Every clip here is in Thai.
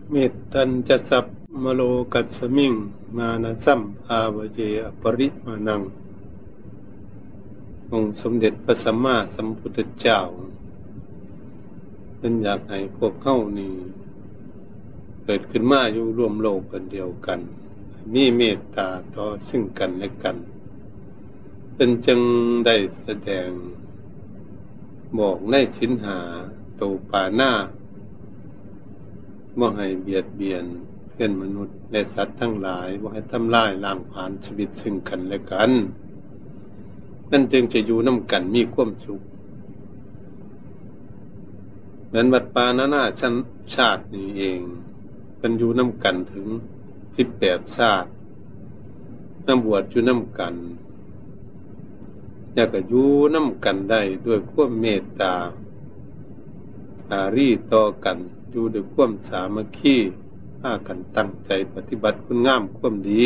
เมตตัญจะสัพมโลกัสสมิงมานะสัมภาวเจอปริมาณังองค์สมเด็จพระสัมมาสัมพุทธเจ้าเป็นอยากให้พวกเข้านี่เกิดขึ้นมาอยู่ร่วมโลกกันเดียวกันมีเมตตาต่อซึ่งกันและกันเป็นจึงได้แสดงบอกในสินหาโตปานาบ่ให้เบียดเบียนเพื่อนมนุษย์และสัตว์ทั้งหลายบ่ให้ทำลายล้างผลาญชีวิตซึ่งกันและกันนั่นจึงจะอยู่นำกันมีความสุขเหมือนวัดป่านานาชาตินี่เองเป็นอยู่นำกันถึง18ชาตินำบวชอยู่นำกันอยากจะอยู่นำกันได้ด้วยความเมตตาอารีต่อกันอยู่ด้วยความสามัคคีพากันตั้งใจปฏิบัติคุณงามความดี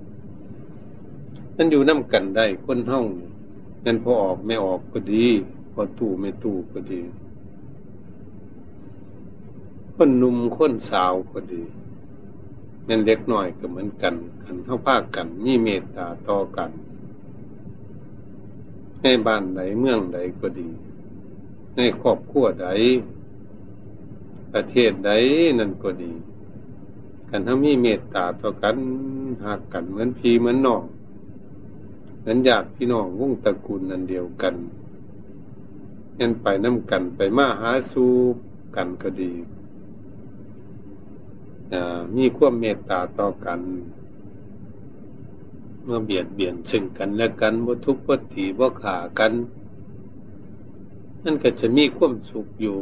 นั่นอยู่นำกันได้คนเฮางั้นพอออกไม่ออกก็ดีพอตู้ไม่ตู้ก็ดีคนหนุ่มคนสาวก็ดีแม่นเล็กน้อยก็เหมือนกันคันเฮาพากันมีเมตตาต่อกันในบ้านใดเมืองใดก็ดีในครอบครัวใดประเทศใดนั่นก็ดีกันถ้ามีเมตตาต่อกันหักกันเหมือนพี่เหมือนน้องเหมือนญาติพี่น้องวงตระกูลนั่นเดียวกันเห็นไปน้ำกันไปมาหาสู่กันก็ดีมีความเมตตาต่อกันเมื่อเบียดเบียนซึ่งกันและกันบ่ทุกข์บ่ตีบ่ฆ่ากันนั่นก็จะมีความสุขอยู่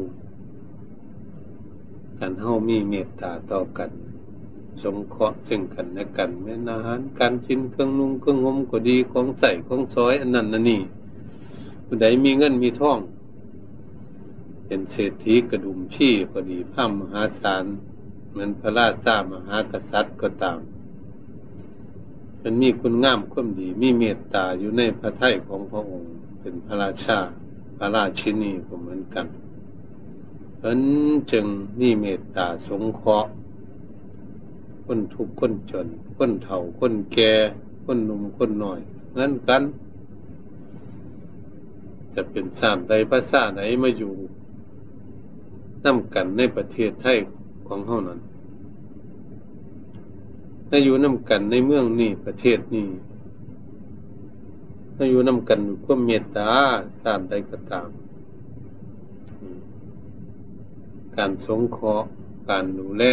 กันเฮามีเมตตาต่อกันสงเคราะห์ซึ่งกันและกันแม้อาหารการกินเครื่องนุ่งเครื่องห่มก็ดีของใส่ของสอยอันนั้นอันนี้ผู้ใดมีเงินมีทองเป็นเศรษฐีกระดุมพี่ก็ดีพระมหาศาลเหมือนพระราชามหากษัตริย์ก็ตามมันมีคุณงามความดีมีเมตตาอยู่ในพระทัยของพระองค์เป็นพระราชาพระราชินีก็เหมือนกันเพราะนั้นจึงมีเมตตาสงเคราะห์คนทุกข์คนจนคนเฒ่าคนแก่คนหนุ่มคนน้อยงั้นกันจะเป็นชาติใดภาษาไหนมาอยู่นำกันในประเทศไทยของเฮานั้นถ้าอยู่นำกันในเมืองนี้ประเทศนี้ถ้าอยู่นำกันด้วยความเมตตาชาติใดก็ตามการสงเคราะห์การดูแล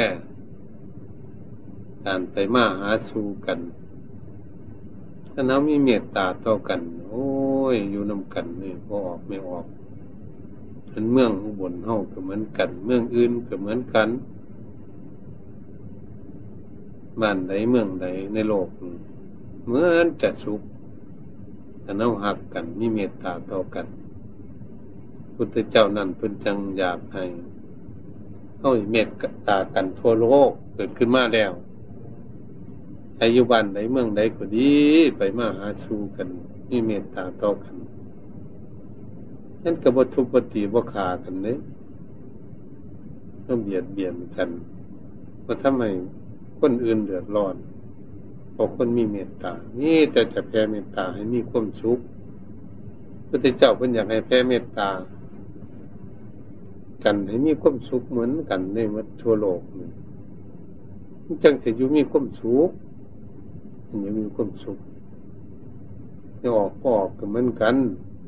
การไปมาหาสู่กันถ้าเรามีเมตตาต่อกันโอ้ยอยู่นำกันนี่พอออกไม่ออกเป็นเมืองอุบลเฮาก็เหมือนกันเมืองอื่นก็เหมือนกันบ้านใดเมืองใดในโลกเหมือนจะสุขถ้าเราหักกันมีเมตตาต่อกันพุทธเจ้านั่นเพิ่นจังอยากให้เฮาเมตตากันทั่วโลกเกิดขึ้นมาแล้วอายุบ้านใดเมืองใดก็ดีไปมาหาสู่กันมีเมตตาต่อกันนั่นก็บ่ทุบบ่ตีบ่ฆ่ากันเด้ต้องเบียดเบียนกันบ่ทำให้คนอื่นเดือดร้อนเพราะคนมีเมตตานี่แต่จะแผ่เมตตาให้มีความสุขพระพุทธเจ้าเพิ่นอยากให้แผ่เมตตากันให้มีความสุขเหมือนกันในหมดทั่วโลกนี่จังสิอยู่มีความสุขมันยังมีความสุขจะออกก็ออกก็เหมือนกัน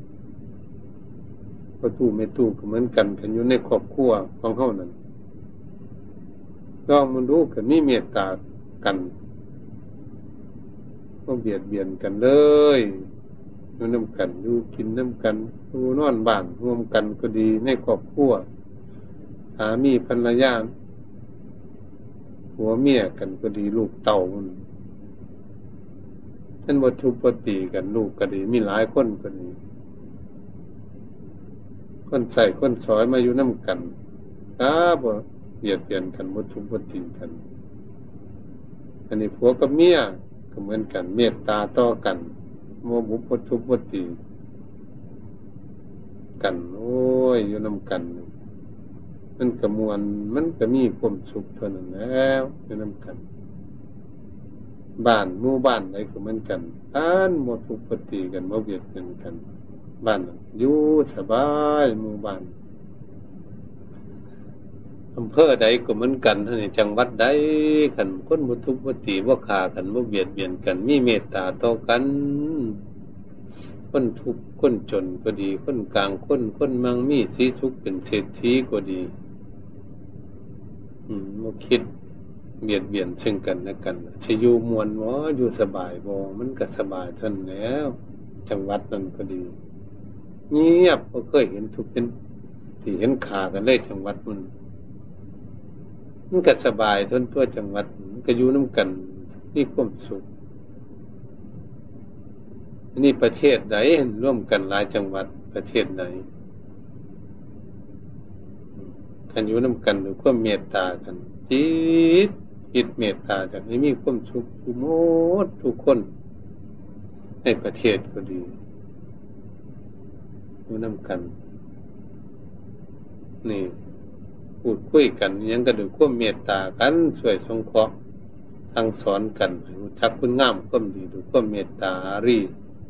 ประตูไม่ตู้ก็เหมือนกันกันอยู่ในครอบครัวของเฮานั่นลองมันดูกันมีเมตตากันบ่เบียดเบียนกันเลยอยู่นำกันอยู่กินนำกันอยู่นอนบ้านร่วมกันก็ดีในครอบครัวสามีภรรยาผัวเมียกันก็ดีลูกเต่ามันท่านบ่ทุบบ่ตีกันลูกก็ดีมีหลายคนก็ดีคนใส่คนสอยมาอยู่นำกันบ่เบียดเบียนกันบ่ทุบบ่ตีกันอันนี้ผัวกับเมียก็เหมือนกันเมตตาต่อกันบ่บุบ่ทุบบ่ตีกันโอ้ยอยู่นำกันมันก็มวลมันก็มีความสุขเท่านั้นแล้วอยู่นำกันบ้านหมู่บ้านใดก็เหมือนกันบ่ทุกข์บ่ตีกันบ่เบียดเบียนกันบ้านอยู่สบายหมู่บ้านอำเภอใดก็เหมือนกันเท่านี้จังหวัดใดคันคนบ่ทุกข์บ่ตีบ่ฆ่ากันบ่เบียดเบียนกันมีเมตตาต่อกันคนทุกข์คนจนก็ดีคนกลางคนมั่งมีสีสุขเป็นเศรษฐีก็ดีบ่คิดเบียดเบียนซึ่งกันและกันสิอยู่ม่วนบ่อยู่สบายบ่มันก็สบายเท่านั้นแล้วจังหวัดนั้นก็ดีเงียบบ่เคยเห็นทุกข์เป็นที่เห็นฆ่ากันเลยจังหวัดมันก็สบายทนตัวจังหวัดมันก็อยู่นำกันมีความสุขนี่ประเทศใดร่วมกันหลายจังหวัดประเทศไหนกันอยู่นำกันด้วยความเมตตากันจิตเมตตาจากนี้มีความสุขทุกหมดทุกคนในประเทศก็ดีอยู่นำกันนี่พูดคุยกันยังก็ด้วยความเมตตากันช่วยสงเคราะห์สั่งสอนกันให้รู้จักคุณงามความดีด้วยความเมตตาอารี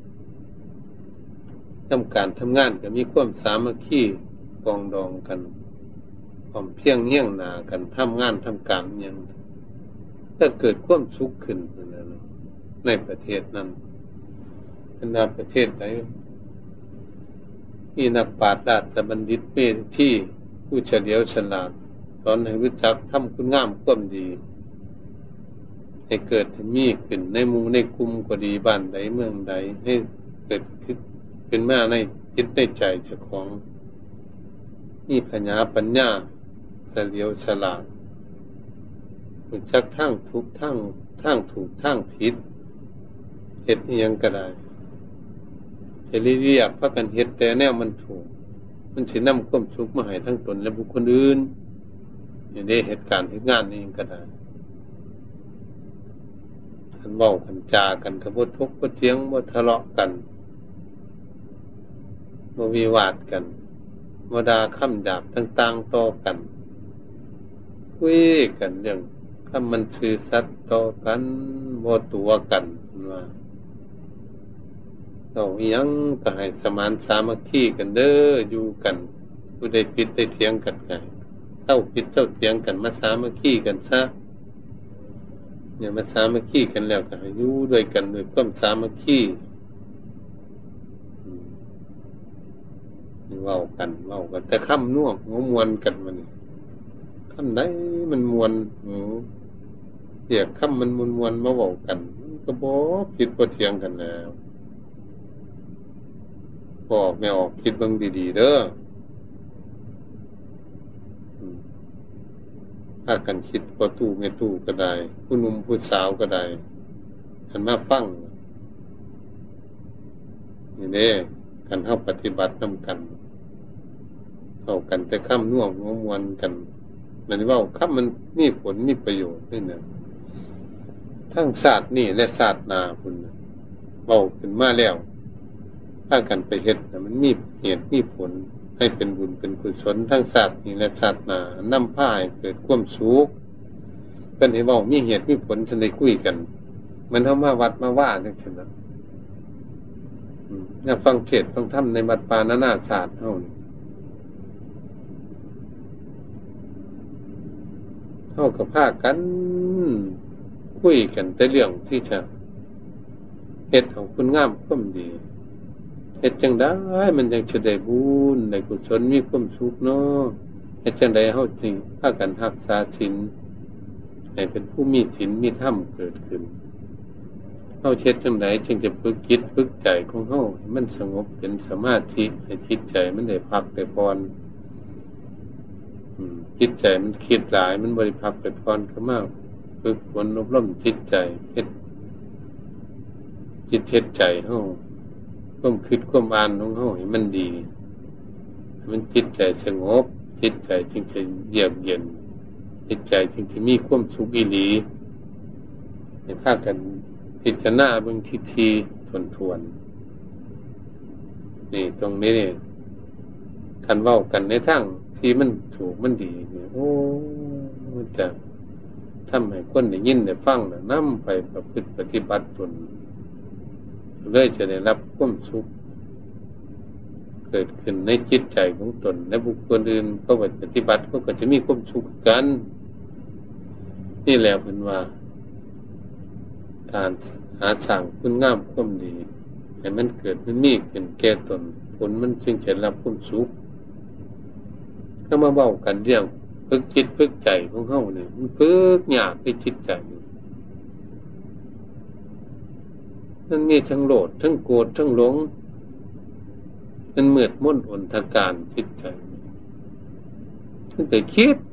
ทำการทำงานก็มีความสามัคคีปองดองกันพร้อมเพียงเฮี้ยงหน้ากันทำงานทำการอย่างถ้าเกิดความสุขขึ้นในประเทศนั้นเป็นประเทศไหนมีนักปราชญ์ราชบัณฑิตเมธที่ผู้เฉลียวฉลาดสอนให้รู้จักทำคุณงามความดีให้เกิดให้มีขึ้นในหมู่ในกลุ่มก็ดีบ้านใดเมืองใดให้เกิดขึ้นเป็นมาในจิตในใจเจ้าของนี่ปัญญาเฉลียวฉลาดรู้จักทางถูกทางถูกทางผิดเฮ็ดอีหยังก็ได้ให้เรียกพากันเฮ็ดแต่แนวมันถูกมันสินำความสุขมาให้ทั้งตนและบุคคลอื่นอย่างนี้เหตุการณ์เหตุงานนี้ก็ได้คันเว้าคันจากันก็บ่ทุกข์บ่เถียงบ่ทะเลาะกันบ่วิวาทกันบ่ด่าคำหยาบต่างๆต่อกันคุยกันเรื่องคำมันซื่อสัตย์ต่อกันบ่ตัวกันว่าเราอีหยังก็ให้สมานสามัคคีกันเด้ออยู่กันผู้ใดผิดได้เถียงกันไงเจ้าผิดเจ้าเถียงกันมาสามัคคีกันซะเนี่ยมาสามัคคีกันแล้วก็ให้อยู่ด้วยกันด้วยความสามัคคีเว้ากันแต่คำน่วงหัวมวนกันมันคำไหนมันมวนเสียงคำมันมวนมาเว้ากันก็บ่ผิดบ่เถียงกันแล้วบอกไม่ออกคิดเบิ่งดีๆเด้อถ้ากันคิดบ่ตู้ไม่ตู้ก็ได้ผู้หนุ่มผู้สาวก็ได้หันมาฟังนี่เด้กันเฮาปฏิบัตินำกันเข้ากันแต่คำน่วงหัวมวนกันมันเว้าคำมันมีผลมีประโยชน์ด้วยนะทั้งศาสตร์นี่และศาสตร์นาพุ่นเว้าขึ้นมาแล้วถ้ากันไปเฮ็ดมันมีเหตุมีผลให้เป็นบุญเป็นกุศลทั้งศาสตร์นี่และศาสตร์นานำพาให้เกิดความสุขเพิ่นให้เว้ามีเหตุมีผลจะได้คุยกันมันเฮามาวัดมาว่าจังซี่นะฟังเทศน์ฟังธรรมในวัดป่านานาศาสตร์เฮานี่เฮาก็พากันคุยกันแต่เรื่องที่จะเฮ็ดของคุณงามความดีเฮ็ดจังได๋มันจังสิได้บุญได้กุศลมีความสุขเนาะเฮ็ดจังได๋เฮาจึงพากันรักษาศีลให้เป็นผู้มีศีลมีธรรมเกิดขึ้นเฮาเฮ็ดจังได๋จึงจะฝึกจิตฝึกใจของเฮาให้มันสงบเป็นสมาธิให้จิตใจมันได้พักได้ผ่อนจิตใจมันคิดหลายมันบ่ได้พักได้ผ่อนก็มากฝึกฝนอบรมจิตใจเฮ็ดจิตเฮ็ดใจเฮาความคิดความอ่านของเฮาให้มันดีมันจิตใจสงบจิตใจจึงจะเยือกเย็นจิตใจจึงจะมีความสุขอีหลีให้พากันพิจารณาเบิ่งทีๆทวนๆนี่ตรงนี้นี่คันเว้ากันในทางศที่มันถูกมันดีเนี่ยโอ้มันจะทำให้คนได้ยินได้ฟังน่ะนำไปประพฤติปฏิบัติตนเลยจะได้รับความสุขเกิดขึ้นในจิตใจของตนและบุคคลอื่นเขาไปปฏิบัติเขาก็จะมีความสุขกันนี่แหละเป็นว่าการหาสร้างคุณงามความดีให้มันเกิดมันมีขึ้นแก่ตนผลมันจึงจะรับความสุขถ้ามาเว้ากันเรื่องฝึกจิตฝึกใจของเฮาเนี่ยมันฝึกยากในจิตใจมันมีทั้งโลภทั้งโกรธทั้งหลงมันมืดมนอนทการจิตใจมันไปคิด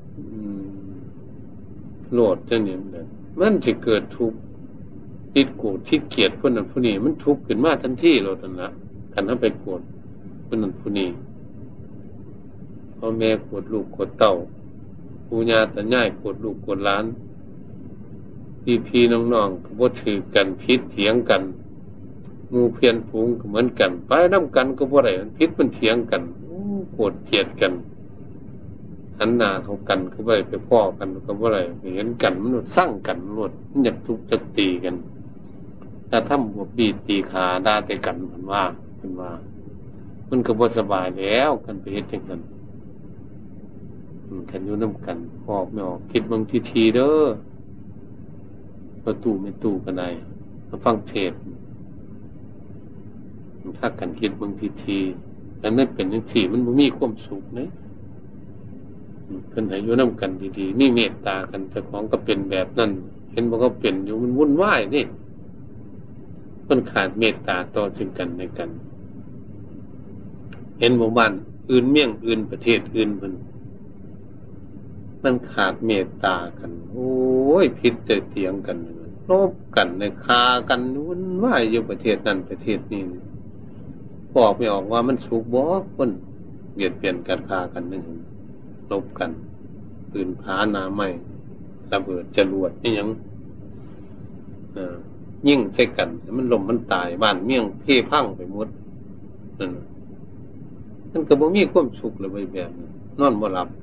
โลภจังนี้มันจะเกิดทุกข์ติดโกรธที่เกลียดผู้นั้นผู้นี้มันทุกข์ขึ้นมาทันทีโลดนั่นละคันถ้าไปโกรธผู้นั้นผู้นี้พ่อแม่โกรธลูกโกรธเต้าปู่ย่าตายายโกรธลูกโกรธหลานพี่ๆน้องๆก็บ่ถือกันผิดเถียงกันหมู่เพียรฝูงก็เหมือนกันไปนำกันก็บ่ได้มันผิดมันเถียงกันโกรธเกลียดกันหันหน้าเข้ากันก็บ่ได้ไปพ้อกันก็บ่ได้ไปเห็นกันมันสร้างกันมันอยากทุบจะตีกันถ้าทำบ่บีตีขาด่าแต่กันเพิ่นว่ามันก็บ่สบายแล้วกันไปเฮ็ดจังซั่นกันอยู่นำกันออกไม่ออกคิดบางทีเด้อประตูไม่ตู้กันได้มาฟังเทศน์ถ้ากันคิดบางทีแต่ไม่เป็นจังซี่มันบ่มีความสุขเด้เพิ่นให้อยู่นำกันดีๆมีเมตตากันเจ้าของก็เป็นแบบนั้นเห็นบ่ก็เป็นอยู่มันวุ่นวายนี่มันขาดเมตตาต่อซึ่งกันและกันเห็นหมู่บ้านอื่นเมืองอื่นประเทศอื่นเพิ่นมันขาดเมตตากันโอ้ยผิดแต่เถียงกันลบกันในคากันวุ่นวายอยู่ประเทศนั้นประเทศนี้บอกไม่ออกว่ามันสุขบ่คนเบียดเบียนกันคากันนึงลบกันปืนผาหน้าไม้ระเบิดจรวดนี่หยังยิ่งใส่กันมันล้มมันตายบ้านเมี่ยงเพ่พังไปหมดนั่นมันก็บ่มีความสุขเลยแบบนั้นนอนบ่หลับ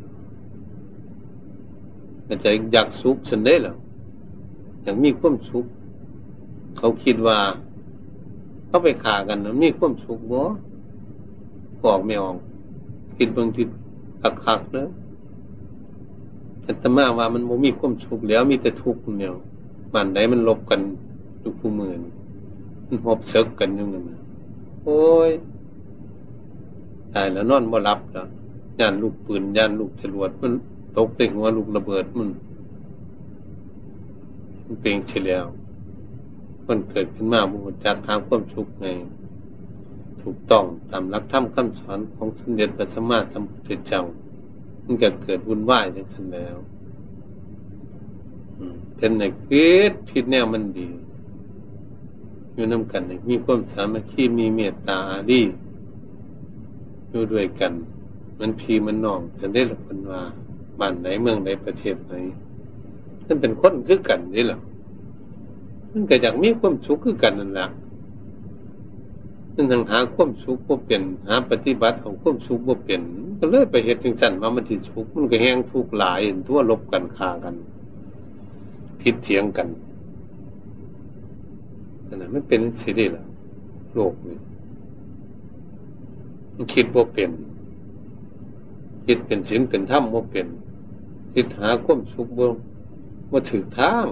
แต่ใจอยากสุขฉันได้แล้วอยากมีความสุขเขาคิดว่าเขาไปฆ่ากันมันมีความสุขบ่บอกไม่ออกคิดบางทีคักๆเด้อแต่อาตมาว่ามันบ่มีความสุขแล้วมีแต่ทุกข์เดียวบ้านใดมันลบกันทุกผู้มื้อนี่มันหอบเสกกันอยู่นั่นน่ะโอ้ยตายแล้วนอนบ่หลับแล้วย่านลูกปืนย่านลูกจรวดมันตกใส่หัวลูกระเบิดมันเป็นเสียแล้วมันเกิดขึ้นมาบ่รู้จักหาความสุขไงถูกต้องตามหลักธรรมคำสอนของสมเด็จพระสัมมาสัมพุทธเจ้ามันก็เกิดวุ่นวายจังซั่นแล้วเป็นในคิดแนวมันดีอยู่นำกันมีความสามัคคีมีเมตตาอารีอยู่ด้วยกันมันพี่มันน้องจะได้รับกันว่าบ้านไหนเมืองไหนประเทศไหนมันเป็นคนคือกันนี่แหละมันก็อยากมีความสุขคือกันนั่นแหละมันทางหาความสุขบ่เป็นหาปฏิบัติเอาความสุขบ่เป็นก็เลยไปเฮ็ดจังซั่นว่ามันสิสุขมันก็แฮงทุกข์หลายทั่วลบกันฆ่ากันผิดเถียงกันนั่นน่ะมันเป็นสิได้ล่ะโลกนี้มันคิดบ่เป็นคิดเป็นศีลเป็นธรรมบ่เป็นคิดหาความสุขบ่ถูกทาง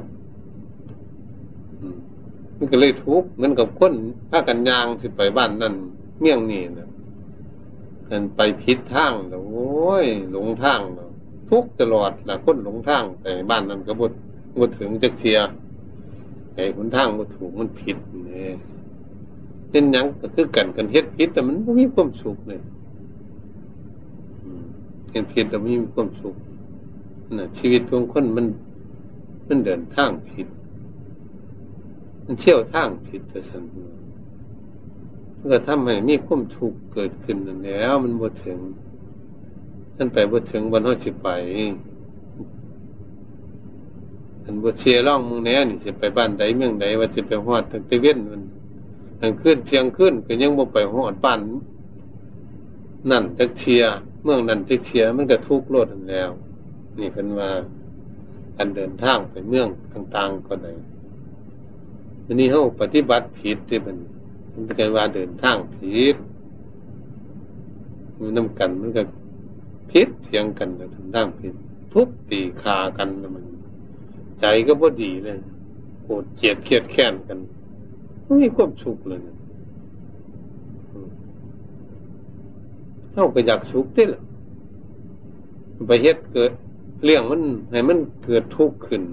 มันก็เลยทุกข์เหมือนกับคนพากันย่างสิไปบ้านนั่นเมี่ยงนี่น่ะกันไปผิดทางแล้วโอ้ยหลงทางแล้วทุกข์ตลอดล่ะคนหลงทางไปบ้านนั้นก็บ่ถึงจักเที่ยไอ้หนทางบ่ถูกมันผิดนี่เป็นหยังก็คือกันเฮ็ดผิดแต่มันบ่มีความสุขเลยเห็นผิดแต่ไม่มีความสุขน่ะชีวิตของคนมันเดินทางผิดมันเชี่ยวทางผิดไปซั่นมันก็ทำให้มีความทุกข์เกิดขึ้นนั่นแล้วมันบ่ถึงท่านไปบ่ถึงวันเฮาสิไปอันบ่เสียร่องมึงแน่นี่สิไปบ้านใดเมืองใดว่าสิไปฮอดตั้งแต่เว้นมันกลางคืนเที่ยงคืนก็ยังบ่ไปฮอดบ้านนั่นจักเที่ยเมืองนั้นที่เสียมันก็ทุกข์โลดนั่นแล้วนี่เพิ่นว่าการเดินทางไปเมืองต่างๆก็ได้ทีนี้เฮาปฏิบัติผิดที่มันก็ว่าเดินทางผิดมันนำกันมันก็ผิดเถียงกันแล้วทางด้านผิดทุบตีคากันแล้วมันใจก็บ่ดีเลยโกรธเกลียดเครียดแค้นกันไม่มีความสุขเลยนะเฮาก็อยากสุขได้ล่ะไปเฮ็ดเกิดเรื่องมันให้มันเกิดทุกข์ขึ้น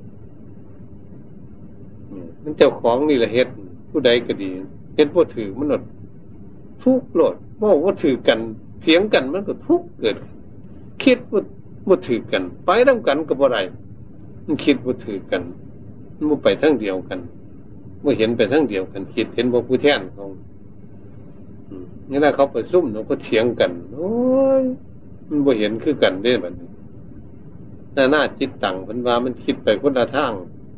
มันเจ้าของนี่แหละเฮ็ดผู้ใดก็ดีเฮ็ดบ่ถือมันหนดทุกข์โลดว่าถือกันเถียงกันมันก็ทุกข์เกิดคิดว่าถือกันไปนำกันก็บ่ได้มันคิดว่าถือกันมันบ่ไปทางเดียวกันบ่เห็นไปทางเดียวกันคิดเห็นบ่ผู้แทนเขานี่ล่ะเขาประชุมเนาะก็เถียงกันโอ้ยมันบ่เห็นคือกันเด้บัดนี้หน้าจิตตังเพิ่นว่ามันคิดไปคนละทาง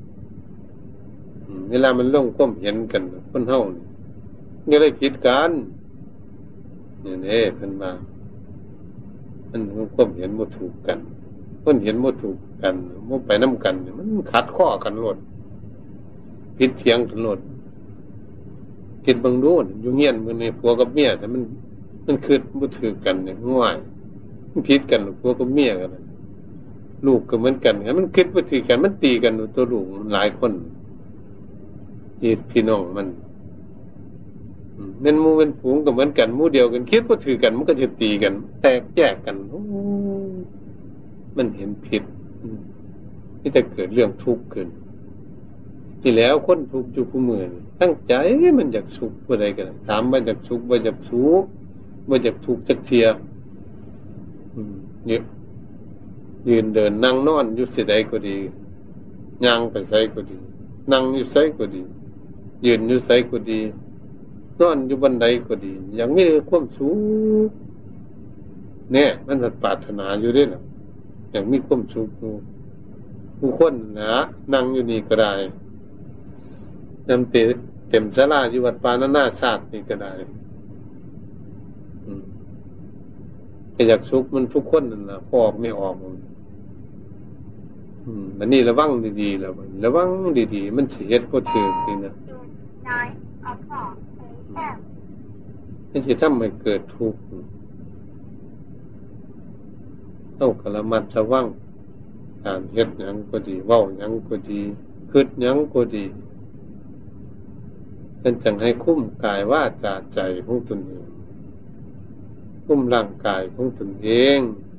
เวลามันลงความเห็นกันคนเฮานี่เลยผิดกันนี่แน่เพิ่นว่ามันความเห็นบ่ถูกกันคนเห็นบ่ถูกกันบ่ไปนำกันมันขัดข้อกันโลดผิดเถียงกันโลดคิดเบิ่งดูอยู่เฮียนมื้อนี้ผัวกับเมียแต่มันคิดบ่ถูกกันเนี่ยง่ายมันผิดกันผัวกับเมียกันลูกก็เหมือนกันมันคิดบ่ถูกกันมันตีกันตัวลูกหลายคนพี่น้องมันเป็นหมู่เป็นฝูงก็เหมือนกันหมู่เดียวกันคิดบ่ถือกันมันก็จะตีกันแตกแยกกันโอ้มันเห็นผิดนี่แต่เกิดเรื่องทุกข์ขึ้นที่แล้วคนทุกข์อยู่ผู้มื้อตั้งใจมันอยากสุขบ่ได้กันถามว่าอยากสุขบ่อยากสุขบ่อยากทุกข์จักเที่ยยืนเดินนั่งนอนอยู่ไสใดก็ดีย่างไปไสก็ดีนั่งอยู่ไสก็ดียืนอยู่ไสก็ดีนอนอยู่บันไดก็ดีอย่างมีความสุขเนี่ยมันปรารถนาอยู่ด้วยนะอย่างมีความสุขผู้คนนะนั่งอยู่นี่ก็ได้นำเต็มศาลาอยู่วัดปานาชาตินี่ก็ได้ก็อยากสุขมันทุกคนนั่นแหละพอออกไม่ออกอันนี้ระวังดีๆแล้วระวังดีๆมันสิเฮ็ดบ่ถูกนี่นะนี่สิทำให้เกิดทุกข์ต้องระมัดระวังการเฮ็ดหยังก็ดีเว้าหยังก็ดีคิดหยังก็ดีเป็นจังให้คุ้มกายวาจาใจของตนเองคุ้มร่างกายของตนเอง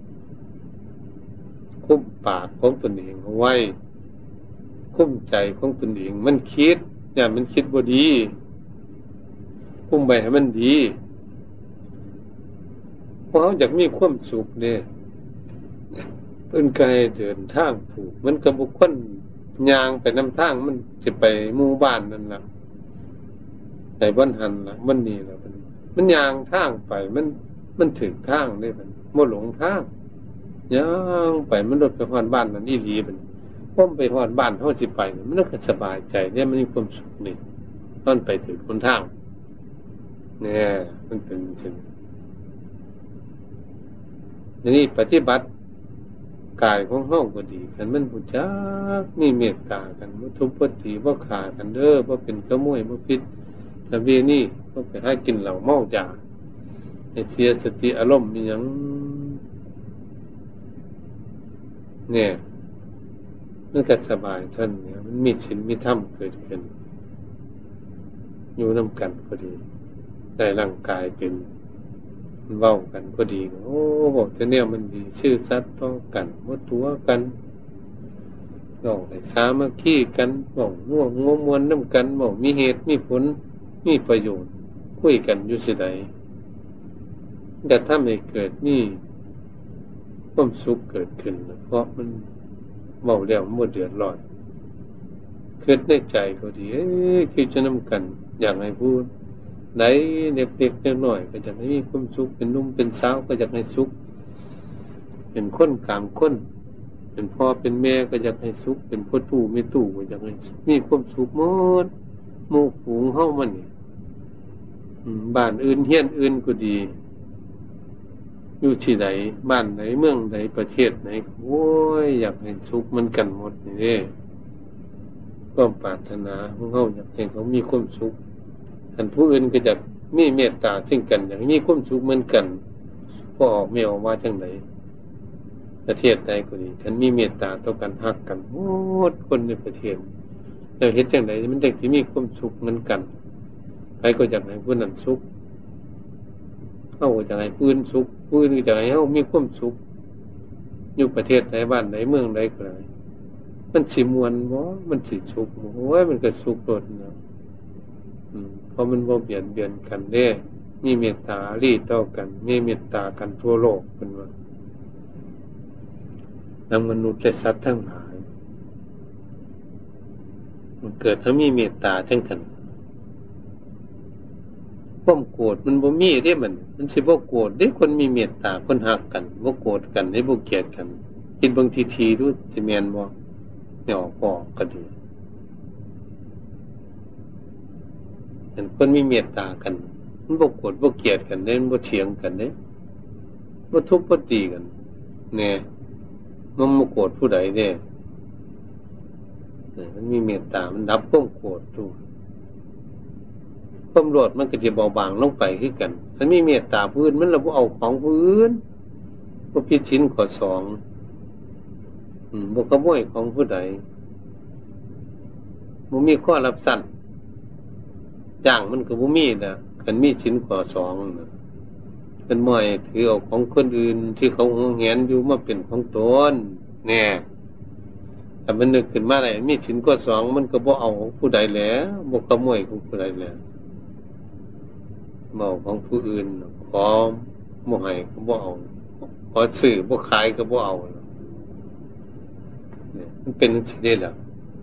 คุ้มปากของตนเองเอาไว้คุ้มใจของตนเองมันคิดเนี่ยมันคิดบ่ดีคุ้มไปให้มันดีเพราะเขาอยากมีความสุขเนี่ยเพิ่นก็ให้เดินทางถูกมันก็บุคคลย่างไปนำทางมันสิไปหมู่บ้านนั่นล่ะไปบ้านหันล่ะมันนี่ล่ะมันย่างทางไปมันถึงทางได้มันบ่หลงทางย่างไปมันรถไปฮอดบ้านนั่นอีหลีมันพอไปฮอดบ้านเฮาสิไปมันก็สบายใจเนี่ยมันมีความสุขนี่ตอนไปถึงคนทางเนี่ยมันเป็นจริงนี่ปฏิบัติกายของเฮาก็ดีคันมันรู้จักมีเมตตากันบ่ทุบบ่ตีบ่ฆ่ากันเด้อบ่เป็นขโมยบ่ผิดระเบียนี่บ่ไปหากินเหล้าเมายาให้เสียสติอารมณ์อีหยังเนี่ยมันก็สบายท่านเนี่ยมันมีศีลมีธรรมเกิดขึ้นอยู่นำกันก็ดีได้ร่างกายเป็นเว้ากันก็ดีโอ้บอกแต่เนี่ยมันดีชื่อสัตว์ต่อกันบ่ตัวกันบอกให้สามัคคีกันบอกง่วงงมวนนำกันบอกมีเหตุมีผลมีประโยชน์คุยกันอยู่สิใดแต่ถ้าไม่เกิดนี่ความสุขเกิดขึ้นเพราะมันเว้าแล้วมันบ่เดือดร้อนเกิดในใจก็ดีคิดจะนำกันอยากให้พูดไหนเด็กๆน้อยๆก็จะให้มีความสุขเป็นหนุ่มเป็นสาวก็อยากให้สุขเป็นคนกลางคนเป็นพ่อเป็นแม่ก็อยากให้สุขเป็นพ่อตู่แม่ตู่ก็อยากให้มีความสุขหมดหมู่ฝูงเฮามันนี่บ้านอื่นเฮียนอื่นก็ดีมอยู่ที่ไหนบ้านไหนเมืองไหนประเทศไหนโอ้ยอยากให้สุขมันกันหมดนี่เด้ความปรารถนาของเขาอยากให้เขามีความสุขท่านผู้อื่นก็จะมีเมตตาซึ่งกันอย่างมีความสุขเหมือนกันพอออกไม่ออกว่าจังไหนประเทศใดก็ดีท่านมีเมตตาต่อกันฮักกันหมดคนในประเทศแล้วเฮ็ดจังไหนมันจังสิมีความสุขเหมือนกันใครก็อยากให้ผู้นั้นสุขเฮาก็อยากให้ผู้อื่นสุขผู้อื่นก็อยากให้เฮามีความสุขอยู่ประเทศไหนบ้านไหนเมืองใดก็ได้มันสิม่วนบ่มันสิสุขโอ้ยมันก็สุขโดดนะเพราะมันบ่เบียดเบียนกันเด้มีเมตตารีต่อกันมีเมตตากันทั่วโลกเพิ่นว่าทั้งมนุษย์และสัตว์ทั้งหลายมันเกิดถ้ามีเมตตาทั้งกันความโกรธมันบ่มีเด้มันสิบ่โกรธเด้คนมีเมตตาคนฮักกันบ่โกรธกันได้บ่เกลียดกันคิดบางทีดูสิแม่นบ่แนวพอก็ดีเห็นคนมีเมตตากันมันบ่โกรธบ่เกลียดกันเด้มันบ่เถียงกันเด้บ่ทุบบ่ตีกันแน่มันบ่โกรธผู้ใดเด้มันมีเมตตามันดับความโกรธทุกความโลภมันก็สิเบาบางลงไปคือกันมันมีเมตตาผู้อื่นมันละบ่เอาของผู้อื่นบ่ผิดศีลข้อ2บ่ขโมยของผู้ใดบ่มีข้อรับสั่นจ้างมันก็บ่มีน่ะคันมีศีลข้อ2น่ะเพิ่นบ่ให้ถือเอาของคนอื่นที่เขาหวงแหนอยู่มาเป็นของตนแน่ถ้ามันนึกขึ้นมาได้มีศีลข้อ2มันก็บ่เอาของผู้ใดแล้วบ่ขโมยของผู้ใดแล้วบ่ของผู้อื่นขอบ่ให้ก็บ่เอาขอซื้อบ่ขายก็บ่เอามันเป็นสิ่งนี้แหละ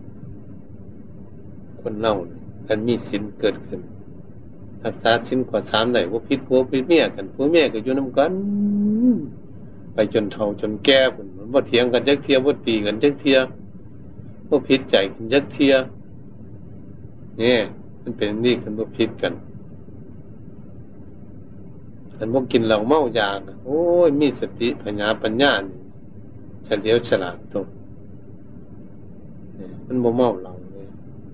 คนเล่าคันมีศีลเกิดขึ้นรักษาศีลข้อ3ได้บ่ผิดผัวผิดเมียกันผัวเมียก็อยู่นำกันไปจนเฒ่าจนแก่พุ่นมันบ่เถียงกันจักเที่ยบ่ตีกันจักเที่ยบ่ผิดใจกันจักเที่ยนี่มันเป็นนี่กันบ่ผิดกันคันบ่กินเหล้าเมายาโอ้ยมีสติปัญญานี่เฉลียวฉลาดตรงมันบ่เมาเหล้าเลย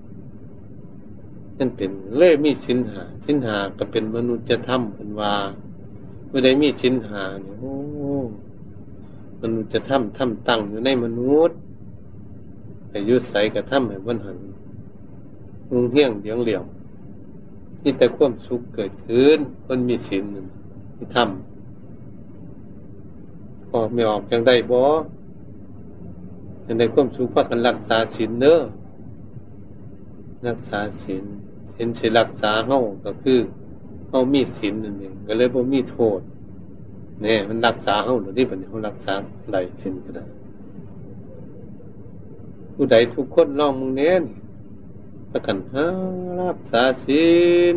นั่นเป็นเลยมีศีล5ก็เป็นมนุษยธรรมเพิ่นว่าผู้ใดมีศีล5นี่โอ้มนุษยธรรมทำตั้งอยู่ในมนุษย์ให้อยู่ไสก็ทำให้มันหันรุ่งเรืองเดียงเหลี่ยมมีแต่ความสุขเกิดขึ้นคนมีศีลที่ทำพอไม่ออกจังได้บ่ในความสุขพากันรักษาศีลเด้อรักษาศีลเห็นสิรักษาเฮาก็คือเฮามีศีลนั่นเองก็เลยบ่มีโทษแน่มันรักษาเฮาหรือที่บัดนี้เฮารักษาหลายศีลก็ได้ผู้ใดทุกคนลองมึงแน่นี่พากันหารักษาศีล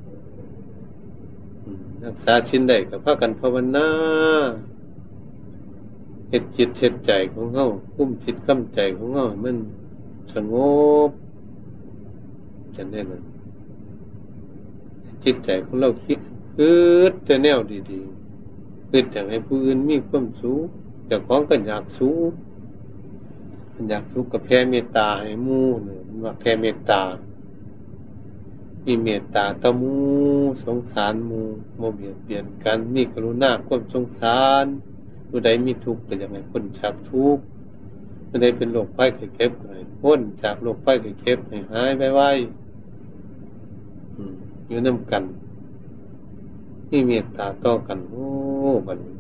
รักษาศีลได้ก็พากันภาวนาเฮ็ดจิตเฮ็ดใจของเฮาคุ้มจิตค้ำใจของเฮามันสงบจังได๋ล่ะจิตใจของเราคิดแต่แนวดีๆคิดจังให้ผู้อื่นมีความสุขเจ้าของก็อยากสุขอยากสุขก็แผ่เมตตาให้หมู่นี่มันว่าแผ่เมตตามีเมตตาต่อหมู่สงสารหมู่บ่เบียดเบียนกันมีกรุณาความสงสารผู้ใดมีทุกข์ก็อยากให้พ้นจากทุกข์ผู้ใดเป็นโรคภัยไข้เจ็บก็ให้พ้นจากโรคภัยไข้เจ็บให้หายไวๆอยู่นำกันมีเมตตาต่อกันโอ้บัดนี้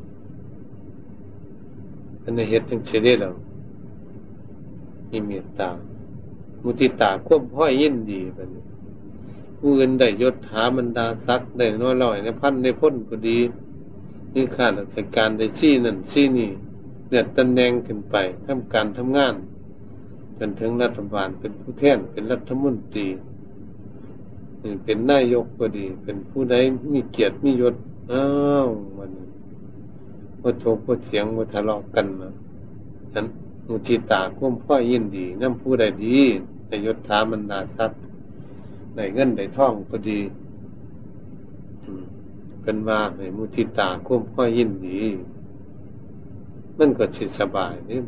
อันนี้เฮ็ดจังซี่ได้แล้วมีเมตตามุทิตาควบพ้อยยินดีบัดนี้ผู้อื่นได้ยศถาบรรดาศักดิ์ได้น้อยร้อยในพันในพ้นก็ดีนี่ข้าราชการได้ซี่นั่นซี่นี่เลื่อนตำแหน่งขึ้นไปทำการทำงานจนถึงรัฐบาลเป็นผู้แทนเป็นรัฐมนตรีเป็นนายกก็ดีเป็นผู้ใดมีเกียรติมียศมันบ่โชว์บ่เถียงบ่ทะเลาะกันนะนั้นมุทิตาควบพ้อยยินดีนำผู้ใดดีได้ยศถาบรรดาศักดิ์ได้เงินได้ทองก็ดีไปเป็นว่าให้มุทิตาควบค่อยยินดีมันก็สิสบายนี่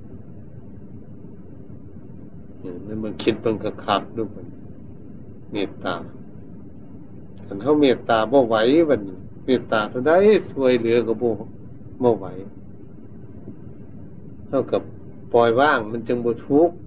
มันคิดมันก็คักด้วยมันเมตตาคันเฮาเมตตาบ่ไหวบัดนี้เมตตาเท่าใดช่วยเหลือก็บ่ไหวเท่ากับปล่อยว่างมันจึงบ่ทุกข์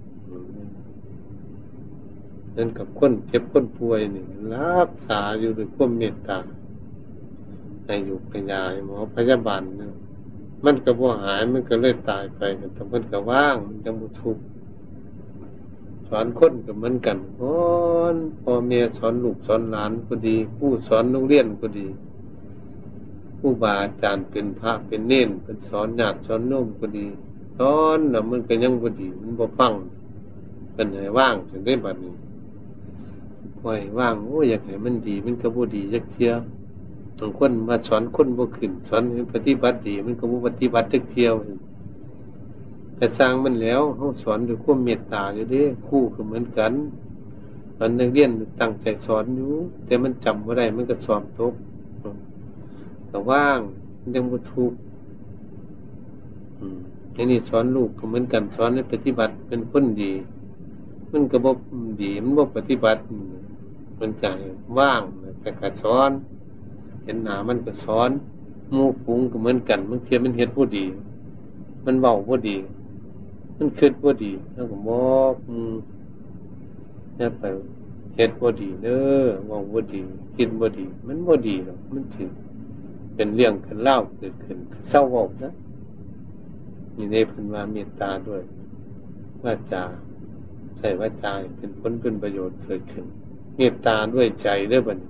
นั่นกับคนเจ็บคนป่วยนี่รักษาอยู่ด้วยความเมตตาให้อยู่พยาหมอพยาบาลนะมันก็บ่หายมันก็เลยตายไปแต่มันก็ว่างมันจังบ่ทุกข์สอนคนก็เหมือนกันพ่อแม่สอนลูกสอนหลานก็ดีผู้สอนโรงเรียนก็ดีผู้บาอาจารย์เป็นพระเป็นเณรเป็นสอนญาติสอนโยมก็ดีสอนน่ะมันก็ยังบ่ดีมันบ่ฟังเป็นให้ว่างถึงได้บัดนี้ปล่อยว่างอยากให้มันดีมันก็บ่ดีจักเที่ยบางคนมาสอนคนบ่ขึ้นสอนให้ปฏิบัติดีมันก็บ่ปฏิบัติจักเที่ยวแต่สร้างมันแล้วเฮาสอนด้วยความเมตตาอยู่เด้ครูก็เหมือนกันตอนนักเรียนตั้งใจสอนอยู่แต่มันจำบ่ได้มันก็สอบตกแต่ว่างมันยังบ่ถูกอันนี้สอนลูกก็เหมือนกันสอนให้ปฏิบัติเป็นคนดีมันก็บ่ดีมันบ่ปฏิบัติมันใจว่างแต่ก็สอนเห็นหน้ามันก็สอนหมู่ฝูงก็เหมือนกันบางทีมันเฮ็ดบ่ดีมันเว้าบ่ดีมันคิดบ่ดีแล้วก็บอกอย่าไปเฮ็ดบ่ดีเด้อเว้าบ่ดีคิดบ่ดีมันบ่ดีหรอกมันสิเป็นเรื่องขึ้นเล่าเกิดขึ้นเศร้าเว้าซะนี่ได้เพิ่นว่าเมตตาด้วยวาจาใช้วาจาเป็นผลเป็นประโยชน์เกิดขึ้นเมตตาด้วยใจเด้อบัดนี้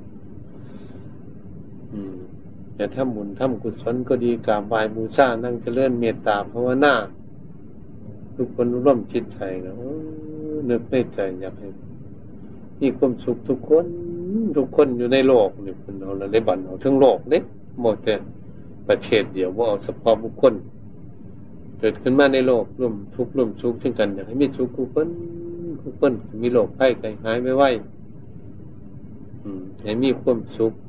แต่ทำบุญทำกุศลก็ดีกราบไหว้บูชานั่งเจริญเมตตาภาวนาทุกคนร่วมจิตใจนะนึกในใจอยากให้มีความสุขทุกคนอยู่ในโลกนี่เพิ่นเอาละได้บัดเอาทั้งโลกเด้บ่แต่ประเทศเดียวบ่เอาเฉพาะบุคคลเกิดขึ้นมาในโลกร่วมทุกข์ร่วมสุขซึ่งกันอยากให้มีสุขทุกคนมีโรคภัยไข้หายไวๆให้มีความสุข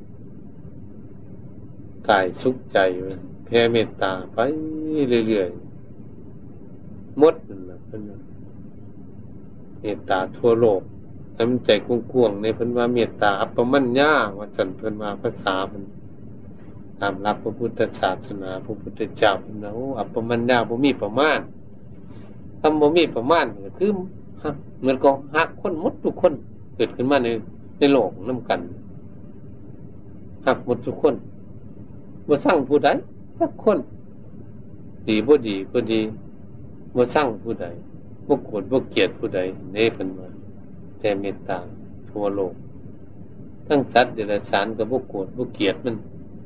กายสุขใจแผ่เมตตาไปเรื่อยๆหมดนั่นล่ะเพิ่นเมตตาทั่วโลกให้มันใจกว้างๆในเพิ่นว่าเมตตาอัปปมัญญาว่าซั่นเพิ่นว่าภาษาเพิ่นตามหลักพระพุทธศาสนาพระพุทธเจ้าเพิ่นว่าอัปปมัญญาบ่มีประมาณถ้าบ่มีประมาณก็คือเหมือนกับฮักคนหมดทุกคนเกิดขึ้นมาในโลกนำกันฮักหมดทุกคนบ่สร้างผู้ใดสักคนดีบ่ดีก็ดีบ่สร้างผู้ใดบ่โกรธบ่เกลียดผู้ใดเน่เพิ่นว่าแต่เมตตาทั่วโลกทั้งสัตว์เดรัจฉานก็บ่โกรธบ่เกลียดมัน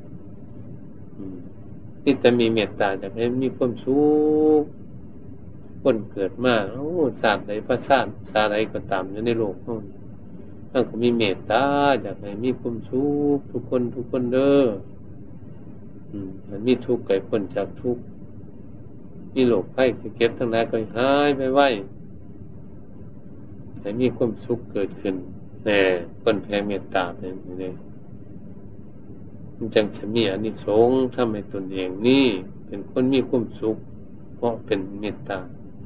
ที่จะมีเมตตาอยากให้มีความสุขคนเกิดมาศาสตร์ใดพระศาสตร์ใดก็ตามอยู่ในโลกนั่นก็มีเมตตาอยากให้มีความสุขทุกคนเด้อมันมีทุกข์ไกลพ้นจากทุกข์มีโรคภัยเก็บทั้งหลายก็หายไปไว้ให้มีความสุขเกิดขึ้นแน่คนแผ่เมตตาเป็นอย่างนี้มันจังจะมีอานิสงส์ทำให้ตนเองนี่เป็นคนมีความสุขเพราะเป็นเมตตา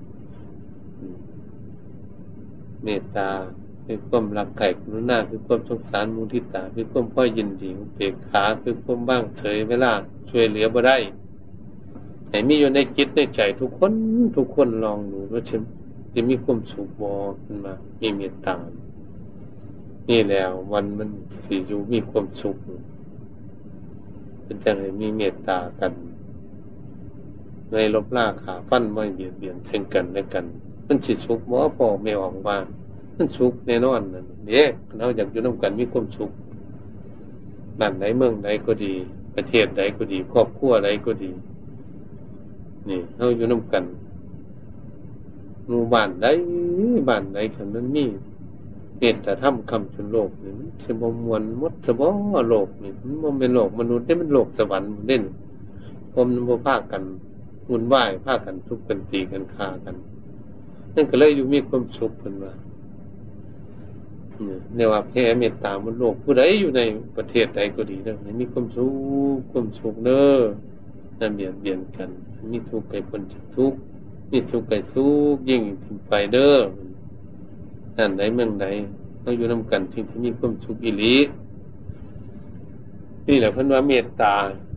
เมตตาคือความรักใคร่กรุณาคือความสงสารมุทิตาคือความพ่อยินดีอุเบกขาคือความว่างเฉยเวลาช่วยเหลือบ่ได้ให้มีอยู่ในจิตในใจทุกคนลองดูว่าจะมีความสุขบ่ขึ้นมามีเมตตานี่แล้ววันมันสิอยู่มีความสุขเป็นจังให้มีเมตตากันในลบล้าขาฟันไม่เบียดเบียนซึ่งกันและกันมันสิสุขบ่พอไม่ออกมามันสุขแน่นอนนั่นเด้เราอยากอยู่ร่วมกันมีความสุขบ้านไหนเมืองไหนก็ดีประเทศใดก็ดีครอบครัวใดก็ดีนี่เราอยู่ร่วมกันหมู่บ้านใดคันนั้นมีเมตตาธรรมคำชนโลกนี่สิบ่มวลหมดซะบ่โลกนี่มันบ่เป็นโลกมนุษย์นี่มันโลกสวรรค์เด่นผมบ่พากันวุ่นวายพากันทุกข์กันตีกันฆ่ากันนั่นก็เลยอยู่มีความสุขเพิ่นว่าเรียกว่าแผ่เมตตาบนโลกผู้ใดอยู่ในประเทศใดก็ดีเด้อให้มีความสุขเด้อนั่นเบียนกันมีทุกข์ให้พ้นจากทุกข์มีสุขให้สุขยิ่งขึ้นไปเด้อนั่นใดเมืองใดต้องอยู่นำกันจึงจะมีความสุขอีหลีนี่แหละเพิ่นว่าเมตตา